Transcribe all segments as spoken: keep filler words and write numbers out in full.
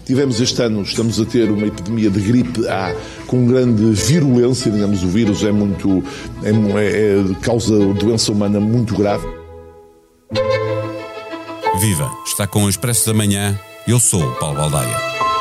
Tivemos este ano, estamos a ter uma epidemia de gripe A com grande virulência, digamos, o vírus é muito, é, é, causa doença humana muito grave. Viva! Está com o Expresso da Manhã, eu sou o Paulo Baldaia.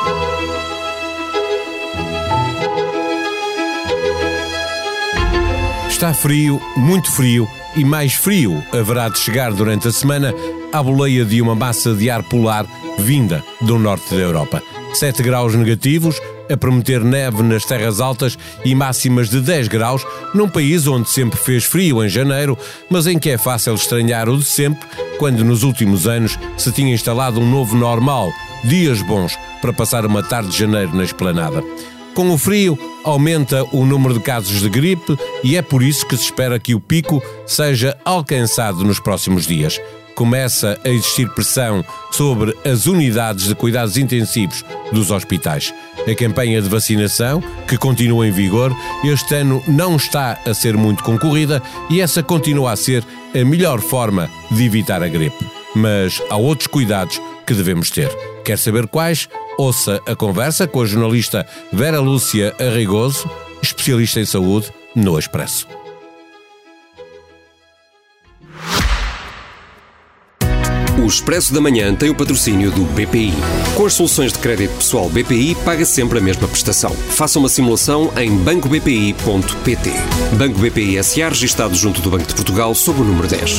Está frio, muito frio, e mais frio haverá de chegar durante a semana à boleia de uma massa de ar polar vinda do norte da Europa. sete graus negativos, a prometer neve nas terras altas e máximas de dez graus, num país onde sempre fez frio em janeiro, mas em que é fácil estranhar o de sempre, quando nos últimos anos se tinha instalado um novo normal, dias bons para passar uma tarde de janeiro na esplanada. Com o frio, aumenta o número de casos de gripe e é por isso que se espera que o pico seja alcançado nos próximos dias. Começa a existir pressão sobre as unidades de cuidados intensivos dos hospitais. A campanha de vacinação, que continua em vigor, este ano não está a ser muito concorrida e essa continua a ser a melhor forma de evitar a gripe. Mas há outros cuidados que devemos ter. Quer saber quais? Ouça a conversa com a jornalista Vera Lúcia Arreigoso, especialista em saúde, no Expresso. O Expresso da Manhã tem o patrocínio do B P I. Com as soluções de crédito pessoal B P I, paga sempre a mesma prestação. Faça uma simulação em banco b p i ponto p t. Banco B P I S A, registado junto do Banco de Portugal, sob o número dez.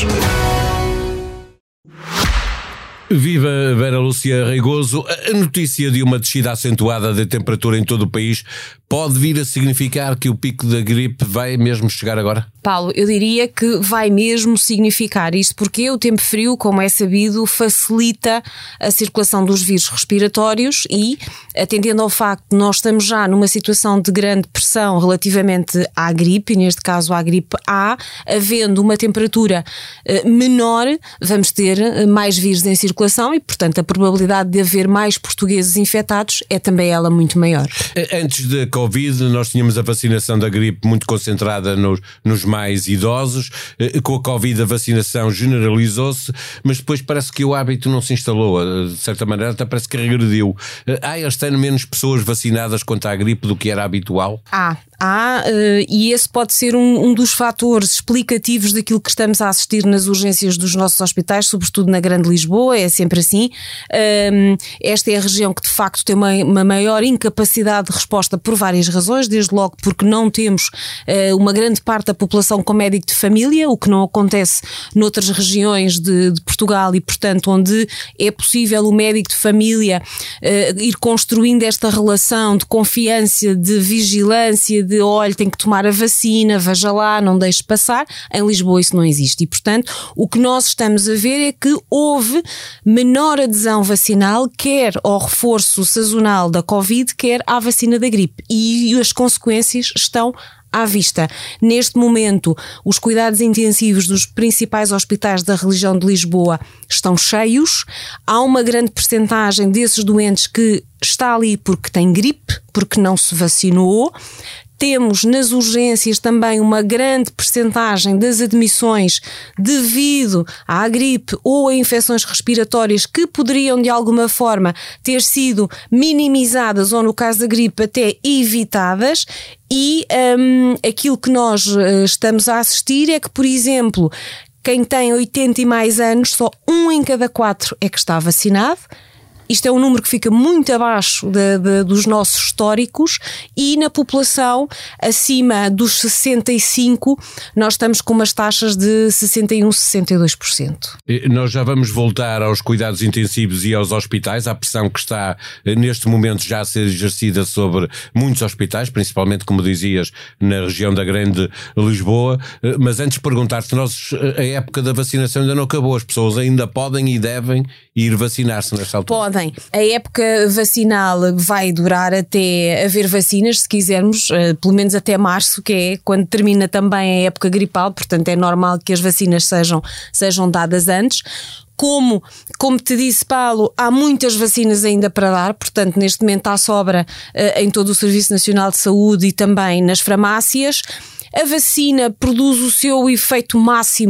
Viva Vera Lúcia Arreigoso. A notícia de uma descida acentuada da temperatura em todo o país pode vir a significar que o pico da gripe vai mesmo chegar agora? Paulo, eu diria que vai mesmo significar isto, porque o tempo frio, como é sabido, facilita a circulação dos vírus respiratórios e, atendendo ao facto de nós estamos já numa situação de grande pressão relativamente à gripe, e neste caso à gripe A, havendo uma temperatura menor, vamos ter mais vírus em circulação e, portanto, a probabilidade de haver mais portugueses infectados é também ela muito maior. Antes da Covid, nós tínhamos a vacinação da gripe muito concentrada nos, nos mais idosos. Com a Covid a vacinação generalizou-se, mas depois parece que o hábito não se instalou. De certa maneira até parece que regrediu. Há este ano menos pessoas vacinadas contra a gripe do que era habitual? Há. Há, e esse pode ser um, um dos fatores explicativos daquilo que estamos a assistir nas urgências dos nossos hospitais, sobretudo na Grande Lisboa, é sempre assim. Um, esta é a região que de facto tem uma, uma maior incapacidade de resposta por várias razões, desde logo porque não temos uh, uma grande parte da população com médico de família, o que não acontece noutras regiões de, de Portugal e, portanto, onde é possível o médico de família uh, ir construindo esta relação de confiança, de vigilância, de olha, tem que tomar a vacina, veja lá, não deixe passar. Em Lisboa isso não existe e, portanto, o que nós estamos a ver é que houve menor adesão vacinal, quer ao reforço sazonal da Covid, quer à vacina da gripe, e as consequências estão à vista. Neste momento, os cuidados intensivos dos principais hospitais da região de Lisboa estão cheios. Há uma grande percentagem desses doentes que está ali porque tem gripe, porque não se vacinou. Temos nas urgências também uma grande percentagem das admissões devido à gripe ou a infecções respiratórias que poderiam de alguma forma ter sido minimizadas ou, no caso da gripe, até evitadas. E um, aquilo que nós uh, estamos a assistir é que, por exemplo, quem tem oitenta e mais anos, só um em cada quatro é que está vacinado. Isto é um número que fica muito abaixo de, de, dos nossos históricos, e na população acima dos sessenta e cinco nós estamos com umas taxas de sessenta e um, sessenta e dois por cento. Nós já vamos voltar aos cuidados intensivos e aos hospitais, à pressão que está neste momento já a ser exercida sobre muitos hospitais, principalmente, como dizias, na região da Grande Lisboa. Mas antes de perguntar-te, nós, a época da vacinação ainda não acabou, as pessoas ainda podem e devem ir vacinar-se nesta altura? Podem. A época vacinal vai durar até haver vacinas, se quisermos, pelo menos até março, que é quando termina também a época gripal, portanto é normal que as vacinas sejam, sejam dadas antes. Como, como te disse, Paulo, há muitas vacinas ainda para dar, portanto neste momento há sobra uh, em todo o Serviço Nacional de Saúde e também nas farmácias. A vacina produz o seu efeito máximo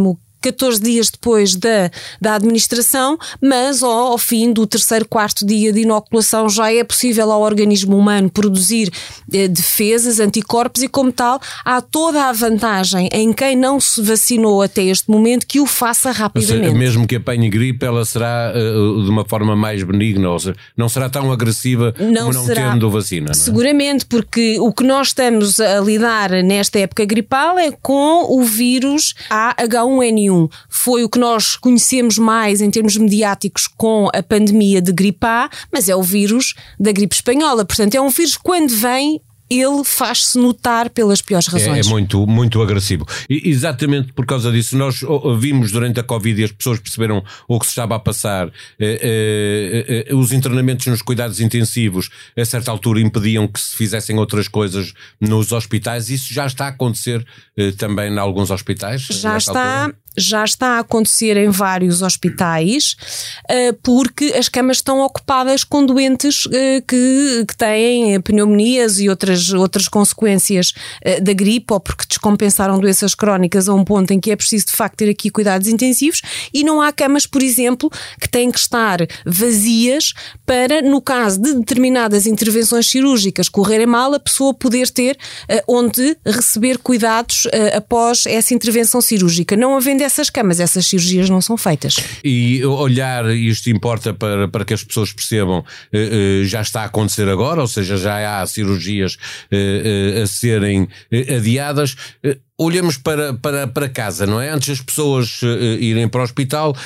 catorze dias depois da, da administração, mas ao, ao fim do terceiro, quarto dia de inoculação já é possível ao organismo humano produzir eh, defesas, anticorpos, e como tal há toda a vantagem em quem não se vacinou até este momento que o faça rapidamente. Ou seja, mesmo que apanhe gripe, ela será uh, de uma forma mais benigna, ou seja, não será tão agressiva não como não será, tendo vacina, não é? Seguramente, porque o que nós estamos a lidar nesta época gripal é com o vírus A H um N um. Foi o que nós conhecemos mais em termos mediáticos com a pandemia de gripe A, mas é o vírus da gripe espanhola. Portanto, é um vírus que quando vem, ele faz-se notar pelas piores razões. É, é muito, muito agressivo. E exatamente por causa disso, nós vimos durante a Covid e as pessoas perceberam o que se estava a passar. Eh, eh, eh, os internamentos nos cuidados intensivos, a certa altura, impediam que se fizessem outras coisas nos hospitais. Isso já está a acontecer eh, também em alguns hospitais? Já está... Altura? Já está a acontecer em vários hospitais, porque as camas estão ocupadas com doentes que, que têm pneumonias e outras, outras consequências da gripe, ou porque descompensaram doenças crónicas a um ponto em que é preciso de facto ter aqui cuidados intensivos, e não há camas, por exemplo, que têm que estar vazias para, no caso de determinadas intervenções cirúrgicas correrem mal, a pessoa poder ter onde receber cuidados após essa intervenção cirúrgica. Não havendo essas camas, essas cirurgias não são feitas. E olhar, isto importa para, para que as pessoas percebam, eh, eh, já está a acontecer agora, ou seja, já há cirurgias eh, eh, a serem eh, adiadas. Eh, Olhamos para, para, para casa, não é? Antes das pessoas uh, irem para o hospital, uh,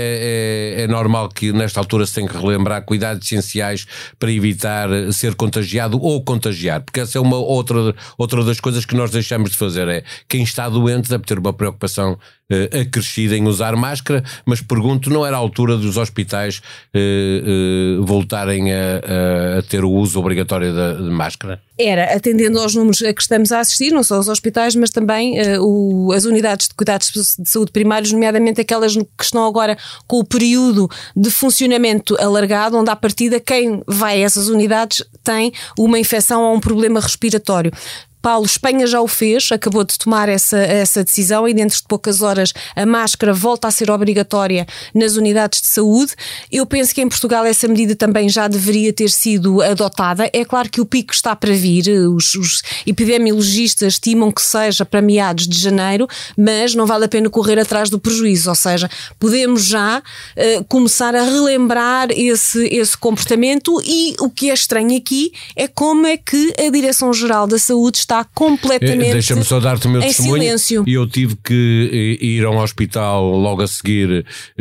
é, é, é normal que nesta altura se tenha que relembrar cuidados essenciais para evitar ser contagiado ou contagiar, porque essa é uma outra, outra das coisas que nós deixamos de fazer, é quem está doente deve ter uma preocupação uh, acrescida em usar máscara, mas pergunto, não era a altura dos hospitais uh, uh, voltarem a, a, a ter o uso obrigatório da, de máscara? Era, atendendo aos números a que estamos a assistir, não só os hospitais, mas também uh, o, as unidades de cuidados de saúde primários, nomeadamente aquelas que estão agora com o período de funcionamento alargado, onde à partida quem vai a essas unidades tem uma infecção ou um problema respiratório. Paulo, Espanha já o fez, acabou de tomar essa, essa decisão e dentro de poucas horas a máscara volta a ser obrigatória nas unidades de saúde. Eu penso que em Portugal essa medida também já deveria ter sido adotada. É claro que o pico está para vir, os, os epidemiologistas estimam que seja para meados de janeiro, mas não vale a pena correr atrás do prejuízo, ou seja, podemos já uh, começar a relembrar esse, esse comportamento, e o que é estranho aqui é como é que a Direção-Geral da Saúde está completamente Deixa-me só dar-te o meu em testemunho. silêncio. E eu tive que ir a um hospital logo a seguir,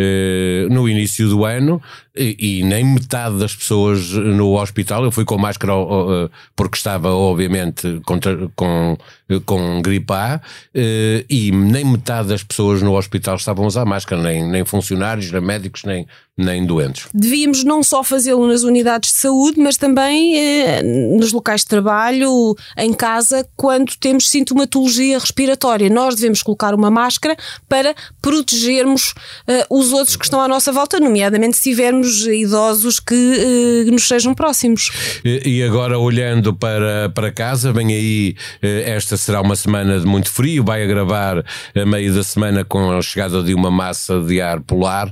eh, no início do ano, e, e nem metade das pessoas no hospital, eu fui com máscara uh, porque estava obviamente contra, com, com gripe A, uh, e nem metade das pessoas no hospital estavam a usar máscara, nem, nem funcionários, nem médicos, nem, nem doentes. Devíamos não só fazê-lo nas unidades de saúde, mas também eh, nos locais de trabalho, em casa, quando temos sintomatologia respiratória. Nós devemos colocar uma máscara para protegermos eh, os outros que estão à nossa volta, nomeadamente se tivermos idosos que eh, nos sejam próximos. E agora, olhando para, para casa, vem aí, esta será uma semana de muito frio, vai agravar a meio da semana com a chegada de uma massa de ar polar.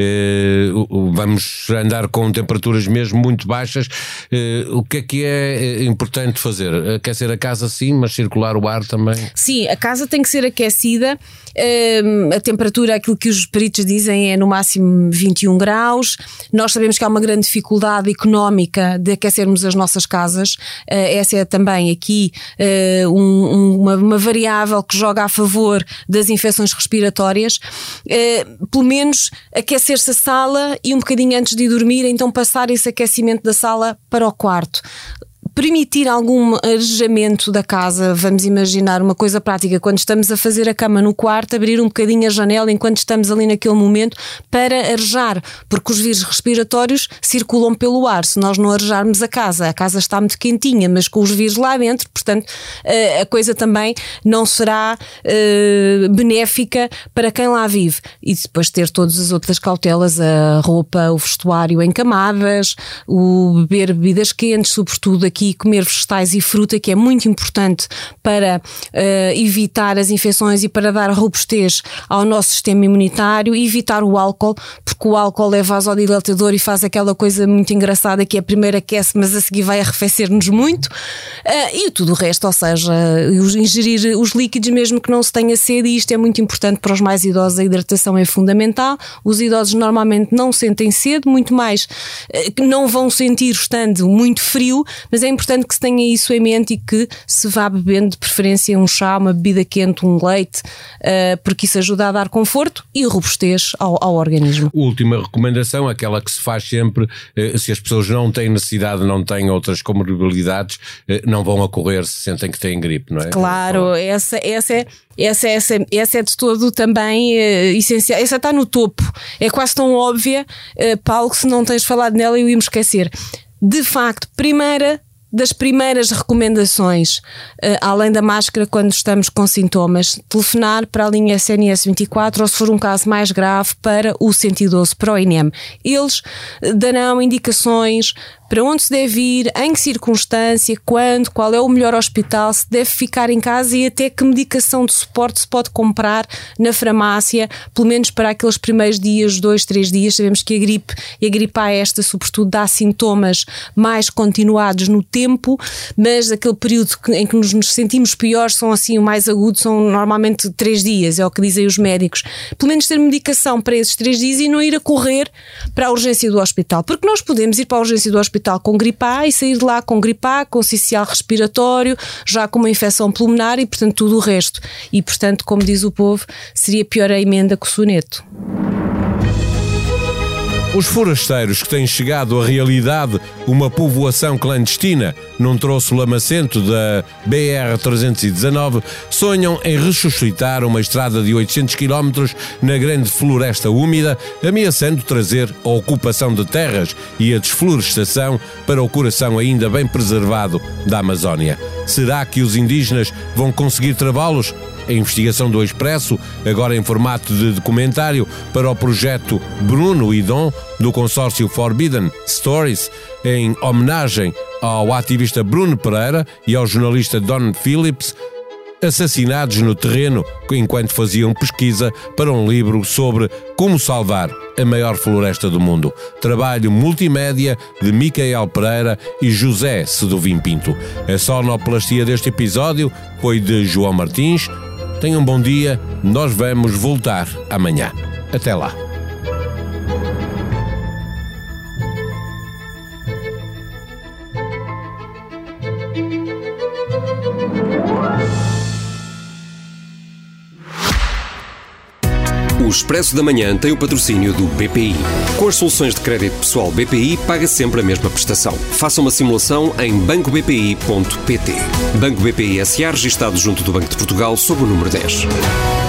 Vamos andar com temperaturas mesmo muito baixas. O que é que é importante fazer? Aquecer a casa sim, mas circular o ar também? Sim, a casa tem que ser aquecida. A temperatura, aquilo que os peritos dizem, é no máximo vinte e um graus. Nós sabemos que há uma grande dificuldade económica de aquecermos as nossas casas. Essa é também aqui um, uma, uma variável que joga a favor das infecções respiratórias. Pelo menos aquecer-se a sala e um bocadinho antes de ir dormir, então passar esse aquecimento da sala para o quarto. Permitir algum arejamento da casa, vamos imaginar uma coisa prática, quando estamos a fazer a cama no quarto, abrir um bocadinho a janela enquanto estamos ali naquele momento para arejar, porque os vírus respiratórios circulam pelo ar. Se nós não arejarmos a casa, a casa está muito quentinha, mas com os vírus lá dentro, portanto a coisa também não será uh, benéfica para quem lá vive. E depois ter todas as outras cautelas, a roupa, o vestuário em camadas, o beber bebidas quentes, sobretudo aqui aqui comer vegetais e fruta, que é muito importante para uh, evitar as infecções e para dar robustez ao nosso sistema imunitário, e evitar o álcool, porque o álcool é vasodilatador e faz aquela coisa muito engraçada que é primeiro aquece, mas a seguir vai arrefecer-nos muito, uh, e tudo o resto, ou seja, ingerir os líquidos mesmo que não se tenha sede, e isto é muito importante para os mais idosos, a hidratação é fundamental. Os idosos normalmente não sentem sede, muito mais uh, não vão sentir estando muito frio, mas é importante que se tenha isso em mente e que se vá bebendo de preferência um chá, uma bebida quente, um leite, uh, porque isso ajuda a dar conforto e robustez ao, ao organismo. Última recomendação, aquela que se faz sempre, uh, se as pessoas não têm necessidade, não têm outras comorbilidades, uh, não vão a correr se sentem que têm gripe, não é? Claro, essa, essa é... Essa, essa, essa é de todo também uh, essencial. Essa está no topo. É quase tão óbvia, uh, Paulo, que se não tens falado nela eu ia me esquecer. De facto, primeira das primeiras recomendações, uh, além da máscara quando estamos com sintomas, telefonar para a linha S N S vinte e quatro ou, se for um caso mais grave, para o cento e doze, para o I N E M. Eles darão indicações para onde se deve ir, em que circunstância, quando, qual é o melhor hospital, se deve ficar em casa e até que medicação de suporte se pode comprar na farmácia, pelo menos para aqueles primeiros dias, dois, três dias. Sabemos que a gripe e a gripe A esta, sobretudo, dá sintomas mais continuados no tempo, mas aquele período em que nos sentimos piores são assim, o mais agudo, são normalmente três dias, é o que dizem os médicos. Pelo menos ter medicação para esses três dias e não ir a correr para a urgência do hospital, porque nós podemos ir para a urgência do hospital com gripe A e sair de lá com gripe A, com cicial respiratório, já com uma infecção pulmonar e, portanto, tudo o resto. E, portanto, como diz o povo, seria pior a emenda que o soneto. Os forasteiros que têm chegado à realidade uma povoação clandestina num troço lamacento da B R trezentos e dezanove sonham em ressuscitar uma estrada de oitocentos quilómetros na grande floresta úmida, ameaçando trazer a ocupação de terras e a desflorestação para o coração ainda bem preservado da Amazónia. Será que os indígenas vão conseguir travá-los? A investigação do Expresso, agora em formato de documentário, para o projeto Bruno e Dom, do consórcio Forbidden Stories, em homenagem ao ativista Bruno Pereira e ao jornalista Don Phillips, assassinados no terreno enquanto faziam pesquisa para um livro sobre como salvar a maior floresta do mundo. Trabalho multimédia de Micael Pereira e José Seduvim Pinto. A sonoplastia deste episódio foi de João Martins. Tenham um bom dia, nós vamos voltar amanhã. Até lá. O Expresso da Manhã tem o patrocínio do B P I. Com as soluções de crédito pessoal B P I, paga sempre a mesma prestação. Faça uma simulação em banco b p i ponto p t. Banco B P I S A, registado junto do Banco de Portugal, sob o número dez.